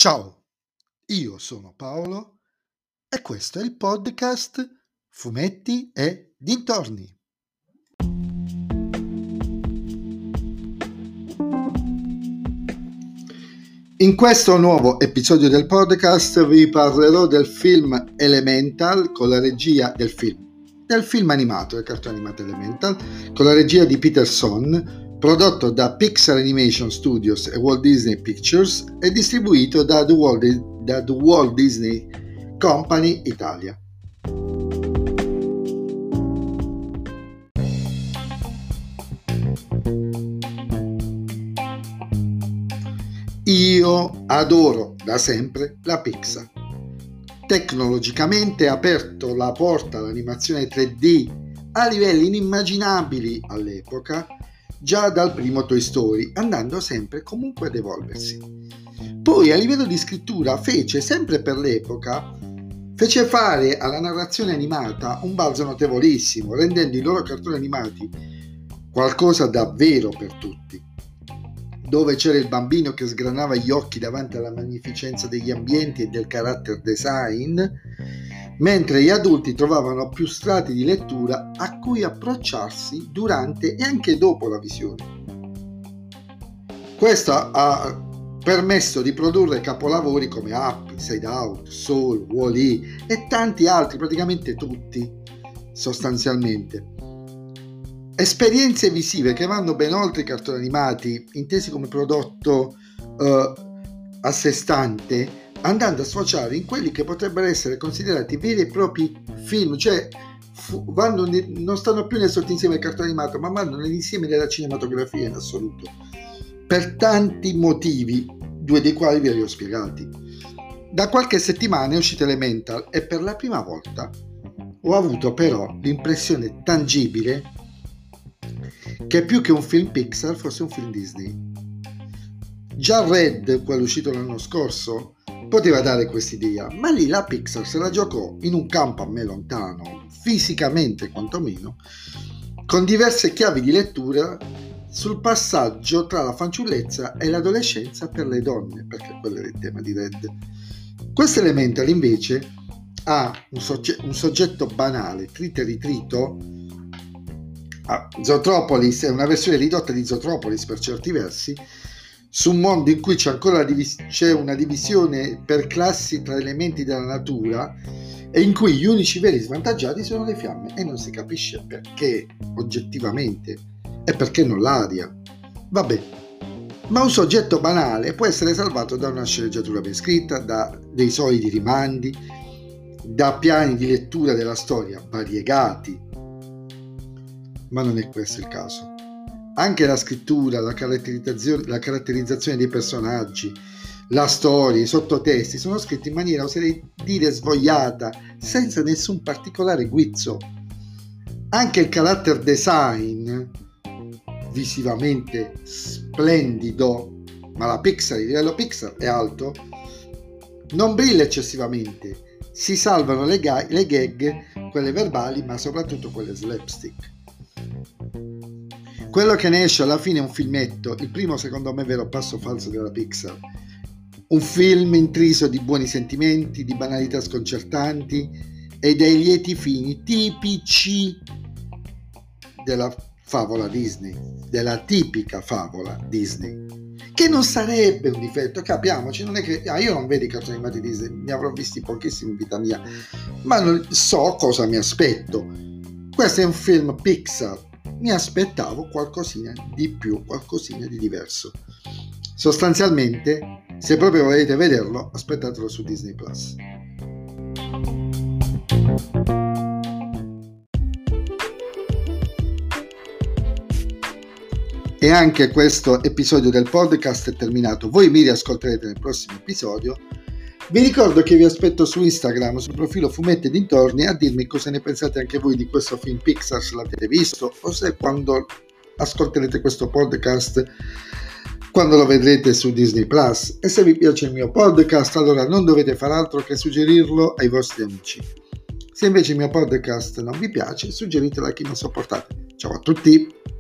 Ciao, io sono Paolo e questo è il podcast Fumetti e Dintorni. In questo nuovo episodio del podcast vi parlerò del film Elemental con la regia del film animato, del cartone animato Elemental, con la regia di Peterson, prodotto da Pixar Animation Studios e Walt Disney Pictures e distribuito da The Walt Disney Company Italia. Io adoro da sempre la Pixar. Tecnologicamente ha aperto la porta all'animazione 3D a livelli inimmaginabili all'epoca, già dal primo Toy Story, andando sempre comunque ad evolversi. Poi a livello di scrittura fece fare alla narrazione animata un balzo notevolissimo, rendendo i loro cartoni animati qualcosa davvero per tutti, dove c'era il bambino che sgranava gli occhi davanti alla magnificenza degli ambienti e del character design, mentre gli adulti trovavano più strati di lettura a cui approcciarsi durante e anche dopo la visione. Questo ha permesso di produrre capolavori come Up, Inside Out, Soul, Wall-E e tanti altri, praticamente tutti, sostanzialmente. Esperienze visive che vanno ben oltre i cartoni animati, intesi come prodotto a sé stante, andando a sfociare in quelli che potrebbero essere considerati veri e propri film, cioè non stanno più nel sottinsieme del cartone animato, ma vanno nell'insieme della cinematografia in assoluto, per tanti motivi, due dei quali vi ho spiegati. Da qualche settimana è uscito Elemental e per la prima volta ho avuto però l'impressione tangibile che più che un film Pixar fosse un film Disney. Già Red, quello uscito l'anno scorso, poteva dare quest'idea, ma lì la Pixar se la giocò in un campo a me lontano, fisicamente quantomeno, con diverse chiavi di lettura sul passaggio tra la fanciullezza e l'adolescenza per le donne, perché quello era il tema di Red. Questo Elemental invece ha un soggetto banale, trito e ritrito. Zootropolis è una versione ridotta di Zootropolis per certi versi, su un mondo in cui c'è ancora c'è una divisione per classi tra elementi della natura e in cui gli unici veri svantaggiati sono le fiamme e non si capisce perché oggettivamente e perché non l'aria. Vabbè, ma un soggetto banale può essere salvato da una sceneggiatura ben scritta, da dei solidi rimandi, da piani di lettura della storia variegati. Ma non è questo il caso. Anche la scrittura, la caratterizzazione dei personaggi, la storia, i sottotesti sono scritti in maniera, oserei dire, svogliata, senza nessun particolare guizzo. Anche il character design, visivamente splendido, ma il livello Pixar è alto, non brilla eccessivamente. Si salvano le gag, quelle verbali, ma soprattutto quelle slapstick. Quello che ne esce alla fine è un filmetto, il primo secondo me vero passo falso della Pixar, un film intriso di buoni sentimenti, di banalità sconcertanti e dei lieti fini tipici della favola Disney, della tipica favola Disney, che non sarebbe un difetto, capiamoci, non è che io non vedo i cartoni animati Disney, ne avrò visti pochissimi in vita mia, ma non so cosa mi aspetto. Questo è un film Pixar, mi aspettavo qualcosina di più, qualcosina di diverso. Sostanzialmente, se proprio volete vederlo, aspettatelo su Disney Plus. E anche questo episodio del podcast è terminato. Voi mi riascolterete nel prossimo episodio. Vi ricordo che vi aspetto su Instagram, sul profilo Fumetti e Dintorni, a dirmi cosa ne pensate anche voi di questo film Pixar, se l'avete visto, o se quando ascolterete questo podcast, quando lo vedrete su Disney Plus. E se vi piace il mio podcast, allora non dovete fare altro che suggerirlo ai vostri amici. Se invece il mio podcast non vi piace, suggeritelo a chi non sopportate. Ciao a tutti!